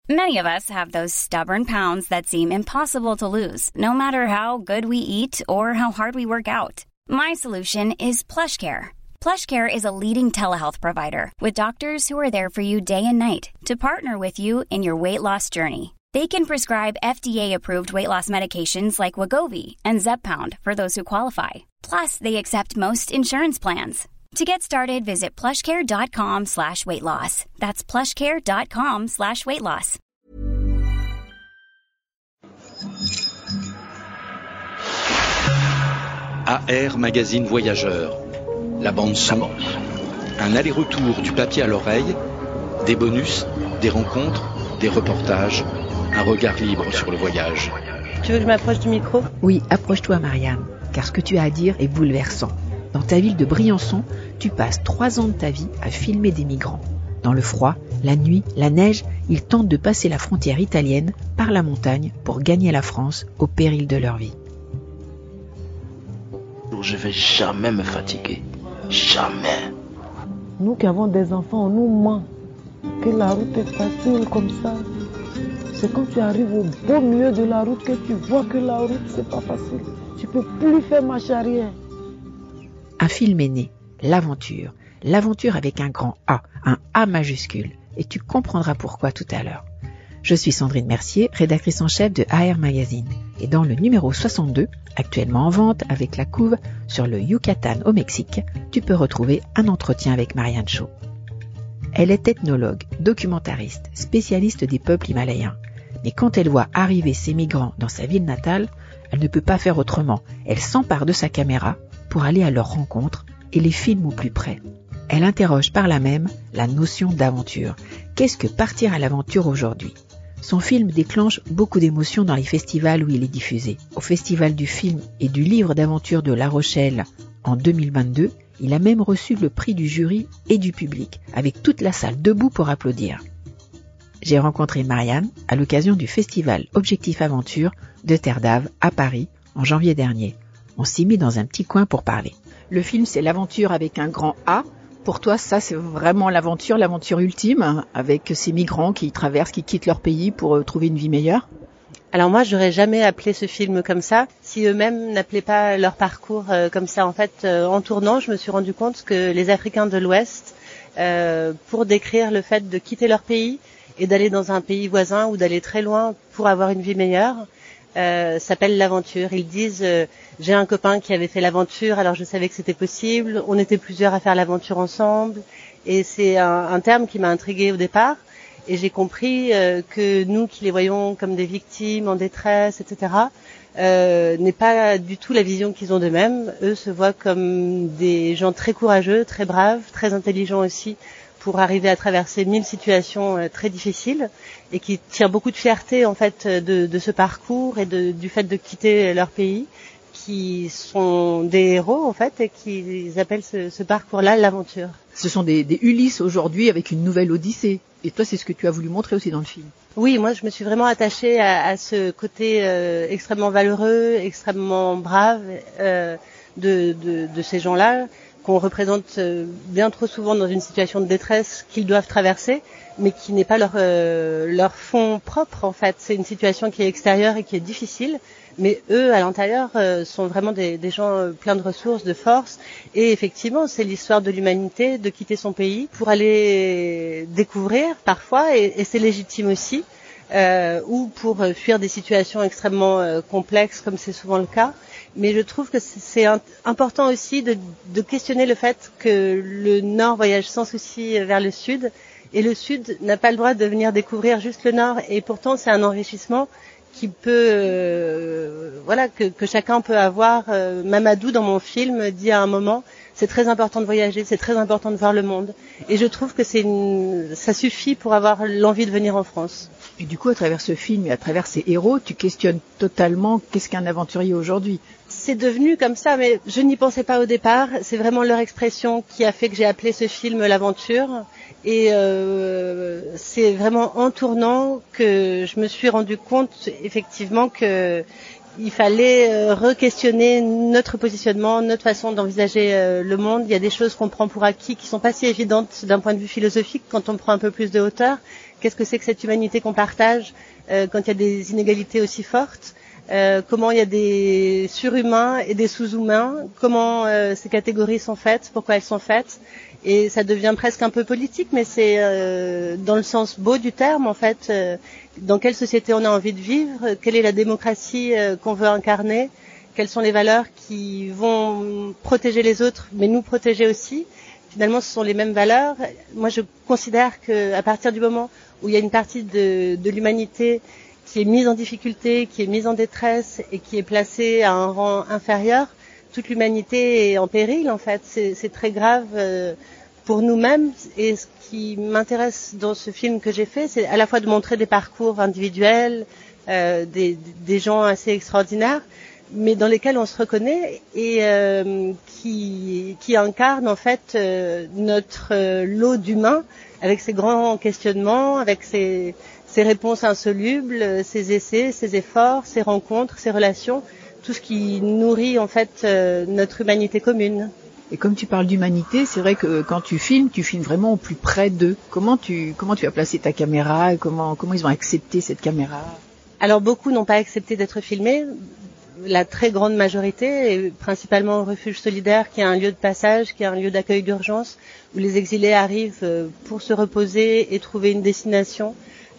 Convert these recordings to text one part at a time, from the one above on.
Many of us have those stubborn pounds that seem impossible to lose, no matter how good we eat or how hard we work out. My solution is PlushCare. PlushCare is a leading telehealth provider with doctors who are there for you day and night to partner with you in your weight loss journey. They can prescribe FDA-approved weight loss medications like Wegovy and Zepbound for those who qualify. Plus, they accept most insurance plans. To get started, visit plushcare.com/weightloss. That's plushcare.com/weightloss. AR Magazine Voyageur. La bande son. Un aller-retour du papier à l'oreille. Des bonus, des rencontres, des reportages. Un regard libre sur le voyage. Tu veux que je m'approche du micro ? Oui, approche-toi Marianne, car ce que tu as à dire est bouleversant. Dans ta ville de Briançon, tu passes 3 ans de ta vie à filmer des migrants. Dans le froid, la nuit, la neige, ils tentent de passer la frontière italienne par la montagne pour gagner la France au péril de leur vie. Je vais jamais me fatiguer. Jamais. Nous qui avons des enfants, on nous ment que la route est facile comme ça. C'est quand tu arrives au beau milieu de la route que tu vois que la route c'est pas facile. Tu peux plus faire marche arrière. Un film est né, l'aventure. L'aventure avec un grand A, un A majuscule. Et tu comprendras pourquoi tout à l'heure. Je suis Sandrine Mercier, rédactrice en chef de AR Magazine. Et dans le numéro 62, actuellement en vente avec la couve sur le Yucatan au Mexique, tu peux retrouver un entretien avec Marianne Shaw. Elle est ethnologue, documentariste, spécialiste des peuples himalayens. Mais quand elle voit arriver ces migrants dans sa ville natale, elle ne peut pas faire autrement. Elle s'empare de sa caméra pour aller à leur rencontre et les filme au plus près. Elle interroge par là même la notion d'aventure. Qu'est-ce que partir à l'aventure aujourd'hui ? Son film déclenche beaucoup d'émotions dans les festivals où il est diffusé. Au Festival du film et du livre d'aventure de La Rochelle en 2022, il a même reçu le prix du jury et du public, avec toute la salle debout pour applaudir. J'ai rencontré Marianne à l'occasion du festival Objectif Aventure de Terre d'Ave à Paris en janvier dernier. On s'y mit dans un petit coin pour parler. Le film, c'est l'aventure avec un grand A. Pour toi, ça, c'est vraiment l'aventure ultime, avec ces migrants qui traversent, qui quittent leur pays pour trouver une vie meilleure. Alors moi, j'aurais jamais appelé ce film comme ça, si eux-mêmes n'appelaient pas leur parcours comme ça. En fait, en tournant, je me suis rendu compte que les Africains de l'Ouest, pour décrire le fait de quitter leur pays et d'aller dans un pays voisin ou d'aller très loin pour avoir une vie meilleure, s'appelle l'aventure. Ils disent j'ai un copain qui avait fait l'aventure, alors je savais que c'était possible. On était plusieurs à faire l'aventure ensemble, et c'est un terme qui m'a intriguée au départ. Et j'ai compris que nous qui les voyons comme des victimes en détresse, etc., n'est pas du tout la vision qu'ils ont d'eux-mêmes. Eux se voient comme des gens très courageux, très braves, très intelligents aussi, pour arriver à traverser 1000 situations très difficiles, et qui tirent beaucoup de fierté en fait de ce parcours et du fait de quitter leur pays, qui sont des héros en fait et qui appellent ce parcours-là l'aventure. Ce sont des Ulysses aujourd'hui avec une nouvelle Odyssée. Et toi, c'est ce que tu as voulu montrer aussi dans le film. Oui, moi je me suis vraiment attachée à ce côté extrêmement valeureux, extrêmement brave de ces gens-là, qu'on représente bien trop souvent dans une situation de détresse qu'ils doivent traverser, mais qui n'est pas leur fond propre en fait. C'est une situation qui est extérieure et qui est difficile, mais eux à l'intérieur sont vraiment des gens pleins de ressources, de force. Et effectivement, c'est l'histoire de l'humanité, de quitter son pays pour aller découvrir parfois, et c'est légitime aussi, ou pour fuir des situations extrêmement complexes comme c'est souvent le cas. Mais je trouve que c'est important aussi de questionner le fait que le Nord voyage sans souci vers le Sud, et le Sud n'a pas le droit de venir découvrir juste le Nord, et pourtant c'est un enrichissement qui peut, que chacun peut avoir. Mamadou dans mon film dit à un moment, c'est très important de voyager, c'est très important de voir le monde, et je trouve que ça suffit pour avoir l'envie de venir en France. Et du coup, à travers ce film et à travers ces héros, tu questionnes totalement qu'est-ce qu'un aventurier aujourd'hui. C'est devenu comme ça, mais je n'y pensais pas au départ. C'est vraiment leur expression qui a fait que j'ai appelé ce film l'aventure. Et c'est vraiment en tournant que je me suis rendu compte effectivement il fallait re-questionner notre positionnement, notre façon d'envisager le monde. Il y a des choses qu'on prend pour acquis qui sont pas si évidentes d'un point de vue philosophique quand on prend un peu plus de hauteur. Qu'est-ce que c'est que cette humanité qu'on partage quand il y a des inégalités aussi fortes? Comment il y a des surhumains et des sous-humains? Comment ces catégories sont faites? Pourquoi elles sont faites? Et ça devient presque un peu politique, mais c'est dans le sens beau du terme, en fait. Dans quelle société on a envie de vivre? Quelle est la démocratie qu'on veut incarner? Quelles sont les valeurs qui vont protéger les autres, mais nous protéger aussi? Finalement, ce sont les mêmes valeurs. Moi, je considère qu'à partir du moment où il y a une partie de l'humanité qui est mise en difficulté, qui est mise en détresse et qui est placée à un rang inférieur, toute l'humanité est en péril, en fait. C'est très grave pour nous-mêmes. Et ce qui m'intéresse dans ce film que j'ai fait, c'est à la fois de montrer des parcours individuels, des gens assez extraordinaires, mais dans lesquels on se reconnaît et qui incarnent en fait notre lot d'humains avec ses grands questionnements, avec ses réponses insolubles, ses essais, ses efforts, ses rencontres, ses relations, tout ce qui nourrit en fait notre humanité commune. Et comme tu parles d'humanité, c'est vrai que quand tu filmes vraiment au plus près d'eux. Comment tu as placé ta caméra et comment ils ont accepté cette caméra? Alors beaucoup n'ont pas accepté d'être filmés. La très grande majorité, et principalement au refuge solidaire, qui est un lieu de passage, qui est un lieu d'accueil d'urgence, où les exilés arrivent pour se reposer et trouver une destination,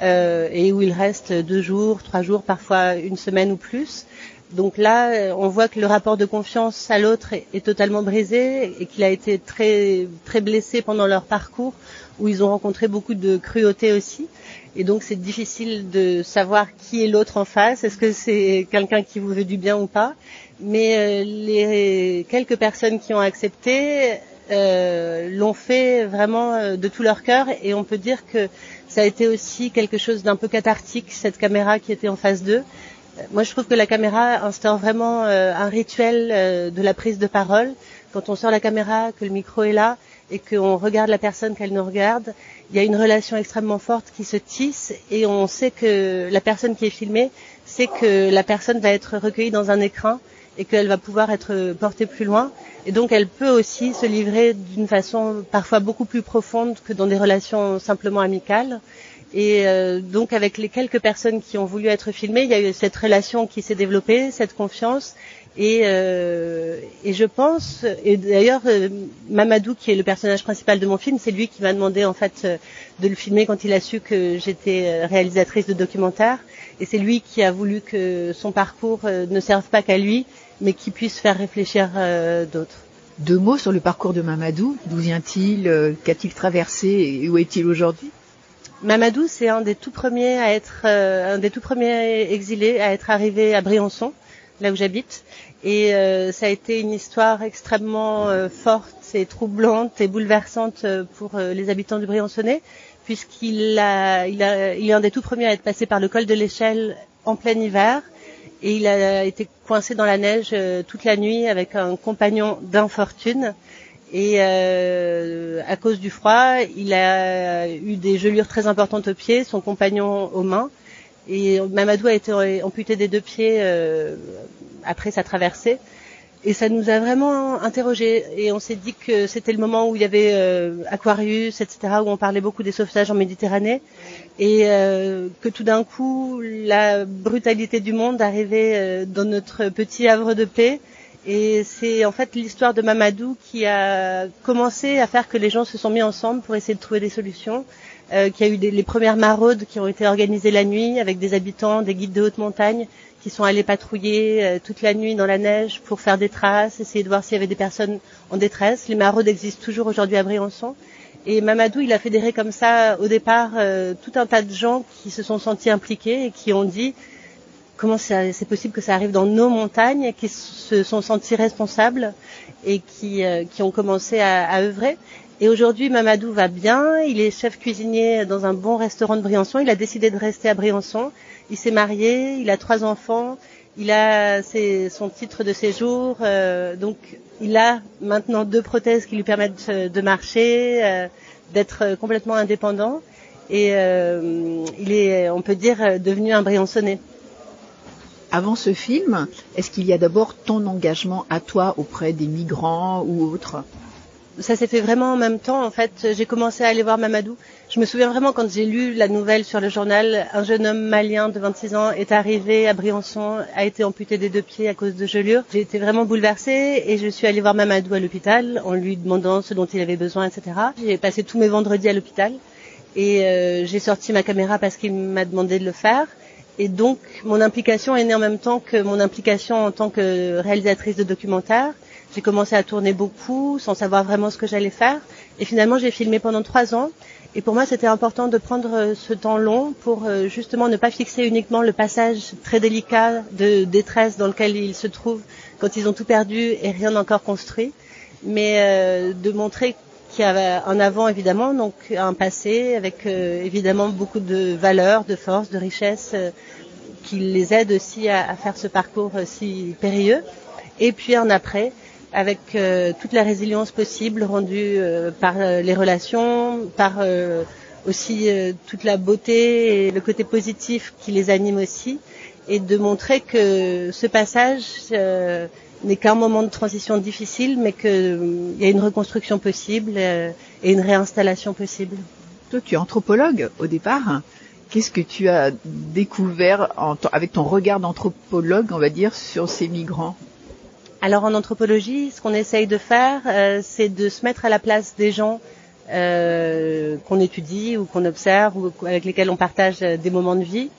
et où ils restent 2 jours, 3 jours, parfois une semaine ou plus. Donc là, on voit que le rapport de confiance à l'autre est totalement brisé et qu'il a été très, très blessé pendant leur parcours, où ils ont rencontré beaucoup de cruauté aussi. Et donc c'est difficile de savoir qui est l'autre en face. Est-ce que c'est quelqu'un qui vous veut du bien ou pas? Mais les quelques personnes qui ont accepté l'ont fait vraiment de tout leur cœur. Et on peut dire que ça a été aussi quelque chose d'un peu cathartique, cette caméra qui était en face d'eux. Moi, je trouve que la caméra instaure vraiment un rituel de la prise de parole. Quand on sort la caméra, que le micro est là et qu'on regarde la personne qu'elle nous regarde, il y a une relation extrêmement forte qui se tisse et on sait que la personne qui est filmée sait que la personne va être recueillie dans un écrin et qu'elle va pouvoir être portée plus loin. Et donc, elle peut aussi se livrer d'une façon parfois beaucoup plus profonde que dans des relations simplement amicales. Et donc avec les quelques personnes qui ont voulu être filmées, il y a eu cette relation qui s'est développée, cette confiance. Et je pense, et d'ailleurs Mamadou, qui est le personnage principal de mon film, c'est lui qui m'a demandé en fait de le filmer quand il a su que j'étais réalisatrice de documentaire. Et c'est lui qui a voulu que son parcours ne serve pas qu'à lui, mais qu'il puisse faire réfléchir d'autres. 2 mots sur le parcours de Mamadou. D'où vient-il? Qu'a-t-il traversé et où est-il aujourd'hui? Mamadou, c'est un des tout premiers exilés à être arrivé à Briançon, là où j'habite. Et ça a été une histoire extrêmement forte et troublante et bouleversante pour les habitants du Briançonnais, puisqu'il est un des tout premiers à être passé par le col de l'Échelle en plein hiver. Et il a été coincé dans la neige toute la nuit avec un compagnon d'infortune. Et à cause du froid, il a eu des gelures très importantes aux pieds, son compagnon aux mains. Et Mamadou a été amputé des 2 pieds après sa traversée. Et ça nous a vraiment interrogés. Et on s'est dit que c'était le moment où il y avait Aquarius, etc., où on parlait beaucoup des sauvetages en Méditerranée. Et que tout d'un coup, la brutalité du monde arrivait dans notre petit havre de paix. Et c'est en fait l'histoire de Mamadou qui a commencé à faire que les gens se sont mis ensemble pour essayer de trouver des solutions. Qu'il y a eu les premières maraudes qui ont été organisées la nuit avec des habitants, des guides de haute montagne qui sont allés patrouiller toute la nuit dans la neige pour faire des traces, essayer de voir s'il y avait des personnes en détresse. Les maraudes existent toujours aujourd'hui à Briançon. Et Mamadou, il a fédéré comme ça au départ tout un tas de gens qui se sont sentis impliqués et qui ont dit comment c'est possible que ça arrive dans nos montagnes, qui se sont sentis responsables et qui ont commencé à œuvrer. Et aujourd'hui, Mamadou va bien, il est chef cuisinier dans un bon restaurant de Briançon, il a décidé de rester à Briançon, il s'est marié, il a 3 enfants, il a son titre de séjour, donc il a maintenant 2 prothèses qui lui permettent de marcher, d'être complètement indépendant et il est, on peut dire, devenu un Briançonnais. avant ce film, est-ce qu'il y a d'abord ton engagement à toi auprès des migrants ou autres? Ça s'est fait vraiment en même temps. En fait, j'ai commencé à aller voir Mamadou. Je me souviens vraiment quand j'ai lu la nouvelle sur le journal, un jeune homme malien de 26 ans est arrivé à Briançon, a été amputé des 2 pieds à cause de gelures. J'ai été vraiment bouleversée et je suis allée voir Mamadou à l'hôpital en lui demandant ce dont il avait besoin, etc. J'ai passé tous mes vendredis à l'hôpital et j'ai sorti ma caméra parce qu'il m'a demandé de le faire. Et donc, mon implication est née en même temps que mon implication en tant que réalisatrice de documentaire. J'ai commencé à tourner beaucoup sans savoir vraiment ce que j'allais faire. Et finalement, j'ai filmé pendant 3 ans. Et pour moi, c'était important de prendre ce temps long pour justement ne pas fixer uniquement le passage très délicat de détresse dans lequel ils se trouvent quand ils ont tout perdu et rien encore construit, mais de montrer qu'il y avait un avant évidemment, donc un passé avec évidemment beaucoup de valeurs, de force, de richesse qui les aident aussi à faire ce parcours si périlleux. Et puis un après, avec toute la résilience possible rendue par les relations, par aussi toute la beauté et le côté positif qui les anime aussi, et de montrer que ce passage n'est qu'un moment de transition difficile, mais qu'il y a une reconstruction possible et une réinstallation possible. Toi, tu es anthropologue au départ. Qu'est-ce que tu as découvert avec ton regard d'anthropologue, on va dire, sur ces migrants ? Alors en anthropologie, ce qu'on essaye de faire, c'est de se mettre à la place des gens qu'on étudie ou qu'on observe ou avec lesquels on partage des moments de vie.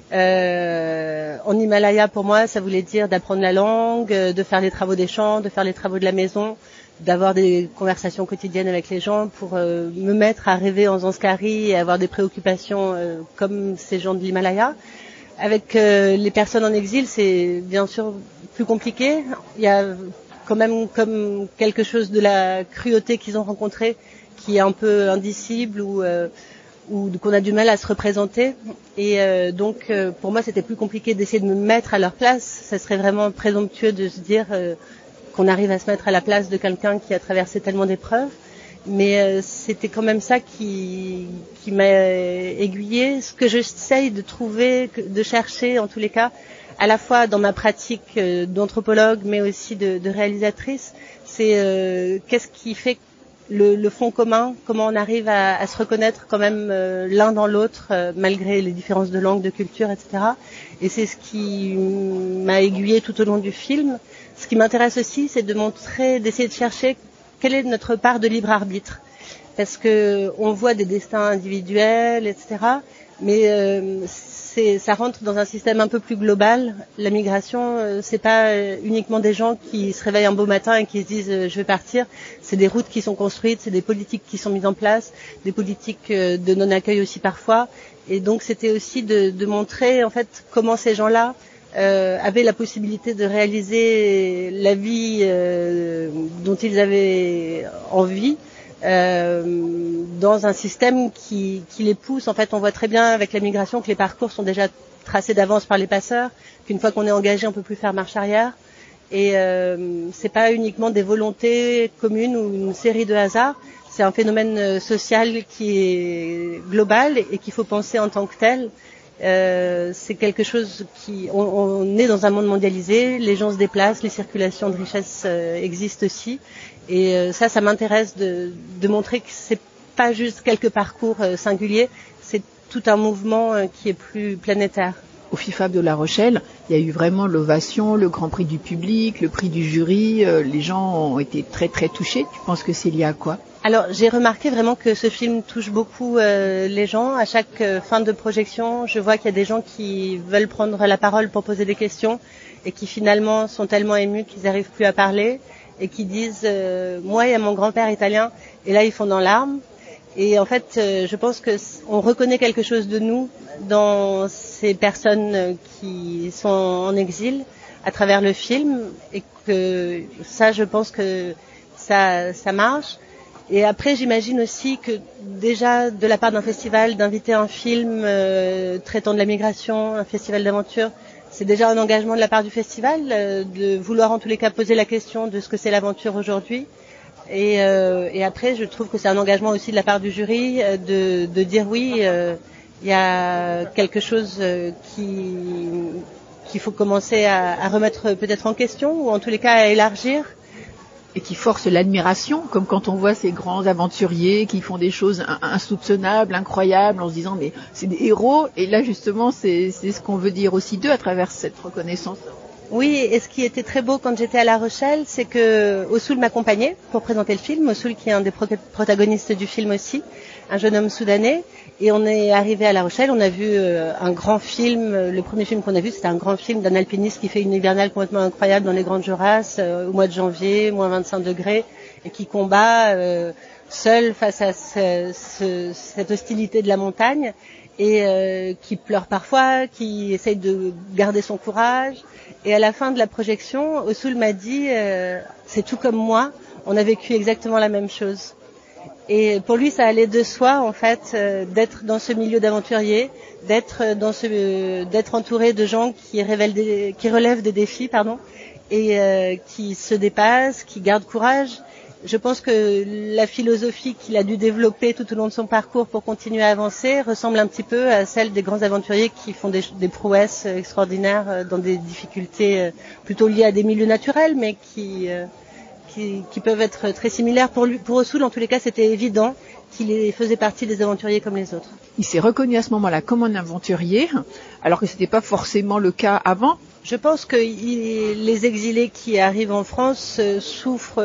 En Himalaya, pour moi, ça voulait dire d'apprendre la langue, de faire les travaux des champs, de faire les travaux de la maison, d'avoir des conversations quotidiennes avec les gens pour me mettre à rêver en Zanskari et avoir des préoccupations comme ces gens de l'Himalaya. Avec les personnes en exil, c'est bien sûr plus compliqué. Il y a quand même comme quelque chose de la cruauté qu'ils ont rencontrée qui est un peu indicible ou qu'on a du mal à se représenter. Et donc, pour moi, c'était plus compliqué d'essayer de me mettre à leur place. Ça serait vraiment présomptueux de se dire qu'on arrive à se mettre à la place de quelqu'un qui a traversé tellement d'épreuves. Mais c'était quand même ça qui m'a aiguillée. Ce que j'essaye de trouver, de chercher en tous les cas, à la fois dans ma pratique d'anthropologue, mais aussi de réalisatrice, c'est qu'est-ce qui fait le fond commun, comment on arrive à se reconnaître quand même l'un dans l'autre, malgré les différences de langue, de culture, etc. Et c'est ce qui m'a aiguillée tout au long du film. Ce qui m'intéresse aussi, c'est de montrer, d'essayer de chercher quelle est notre part de libre arbitre, parce que on voit des destins individuels, etc. Mais ça rentre dans un système un peu plus global. La migration, c'est pas uniquement des gens qui se réveillent un beau matin et qui se disent je vais partir. C'est des routes qui sont construites, c'est des politiques qui sont mises en place, des politiques de non-accueil aussi parfois. Et donc c'était aussi de montrer en fait comment ces gens-là avaient la possibilité de réaliser la vie dont ils avaient envie dans un système qui les pousse. En fait, on voit très bien avec la migration que les parcours sont déjà tracés d'avance par les passeurs, qu'une fois qu'on est engagé, on peut plus faire marche arrière. Et c'est pas uniquement des volontés communes ou une série de hasards. C'est un phénomène social qui est global et qu'il faut penser en tant que tel. C'est quelque chose on est dans un monde mondialisé, les gens se déplacent, les circulations de richesses existent aussi, et ça m'intéresse de montrer que c'est pas juste quelques parcours singuliers, c'est tout un mouvement qui est plus planétaire. Au FIFAB de La Rochelle, il y a eu vraiment l'ovation, le grand prix du public, le prix du jury, les gens ont été très très touchés. Tu penses que c'est lié à quoi ? Alors, j'ai remarqué vraiment que ce film touche beaucoup les gens. À chaque fin de projection, je vois qu'il y a des gens qui veulent prendre la parole pour poser des questions et qui finalement sont tellement émus qu'ils n'arrivent plus à parler et qui disent moi, il y a mon grand-père italien, et là, ils font dans larmes. Et en fait, je pense que on reconnaît quelque chose de nous dans ces personnes qui sont en exil à travers le film, et que ça, je pense que ça marche. Et après, j'imagine aussi que déjà, de la part d'un festival, d'inviter un film traitant de la migration, un festival d'aventure, c'est déjà un engagement de la part du festival, de vouloir en tous les cas poser la question de ce que c'est l'aventure aujourd'hui. Et après, je trouve que c'est un engagement aussi de la part du jury de dire oui, il y a quelque chose qui qu'il faut commencer à remettre peut-être en question, ou en tous les cas à élargir. Et qui force l'admiration, comme quand on voit ces grands aventuriers qui font des choses insoupçonnables, incroyables, en se disant mais c'est des héros. Et là justement, c'est ce qu'on veut dire aussi d'eux à travers cette reconnaissance. Oui, et ce qui était très beau quand j'étais à La Rochelle, c'est que Ossoul m'accompagnait pour présenter le film. Ossoul qui est un des protagonistes du film aussi, un jeune homme soudanais. Et on est arrivé à La Rochelle, on a vu un grand film. Le premier film qu'on a vu, c'était un grand film d'un alpiniste qui fait une hivernale complètement incroyable dans les Grandes Jorasses au mois de janvier, moins 25 degrés, et qui combat seul face à cette hostilité de la montagne, et qui pleure parfois, qui essaye de garder son courage. Et à la fin de la projection, Ossoul m'a dit c'est tout comme moi, on a vécu exactement la même chose. Et pour lui, ça allait de soi en fait d'être dans ce milieu d'aventuriers, d'être entouré de gens qui relèvent des défis, et qui se dépassent, qui gardent courage. Je pense que la philosophie qu'il a dû développer tout au long de son parcours pour continuer à avancer ressemble un petit peu à celle des grands aventuriers qui font des prouesses extraordinaires dans des difficultés plutôt liées à des milieux naturels, mais qui peuvent être très similaires. Pour Ossoul, en tous les cas, c'était évident qu'il faisait partie des aventuriers comme les autres. Il s'est reconnu à ce moment-là comme un aventurier, alors que c'était pas forcément le cas avant. Je pense que les exilés qui arrivent en France souffrent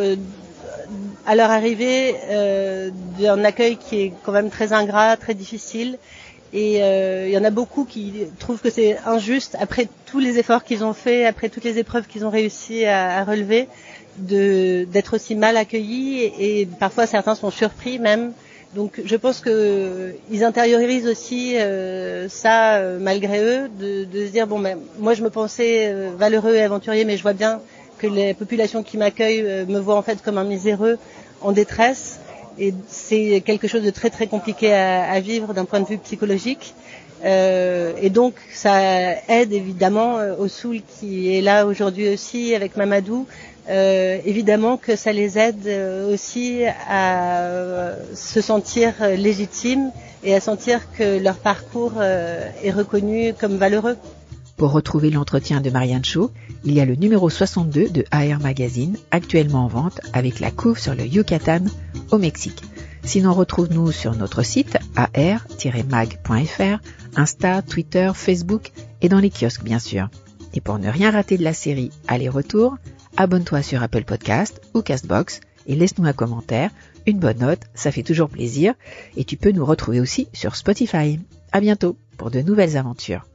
à leur arrivée d'un accueil qui est quand même très ingrat, très difficile. Et il y en a beaucoup qui trouvent que c'est injuste, après tous les efforts qu'ils ont faits, après toutes les épreuves qu'ils ont réussi à relever, d'être aussi mal accueillis, et parfois certains sont surpris même. Donc je pense que ils intériorisent aussi ça malgré eux, de se dire moi je me pensais valeureux et aventurier, mais je vois bien que les populations qui m'accueillent me voient en fait comme un miséreux en détresse, et c'est quelque chose de très très compliqué à vivre d'un point de vue psychologique. Et donc ça aide évidemment Ossoul qui est là aujourd'hui aussi avec Mamadou. Évidemment que ça les aide aussi à se sentir légitimes et à sentir que leur parcours est reconnu comme valeureux. Pour retrouver l'entretien de Marianne Shaw, il y a le numéro 62 de AR Magazine, actuellement en vente avec la couve sur le Yucatan au Mexique. Sinon, retrouve-nous sur notre site ar-mag.fr, Insta, Twitter, Facebook et dans les kiosques bien sûr. Et pour ne rien rater de la série Aller-Retour, abonne-toi sur Apple Podcast ou Castbox et laisse-nous un commentaire, une bonne note, ça fait toujours plaisir. Et tu peux nous retrouver aussi sur Spotify. À bientôt pour de nouvelles aventures.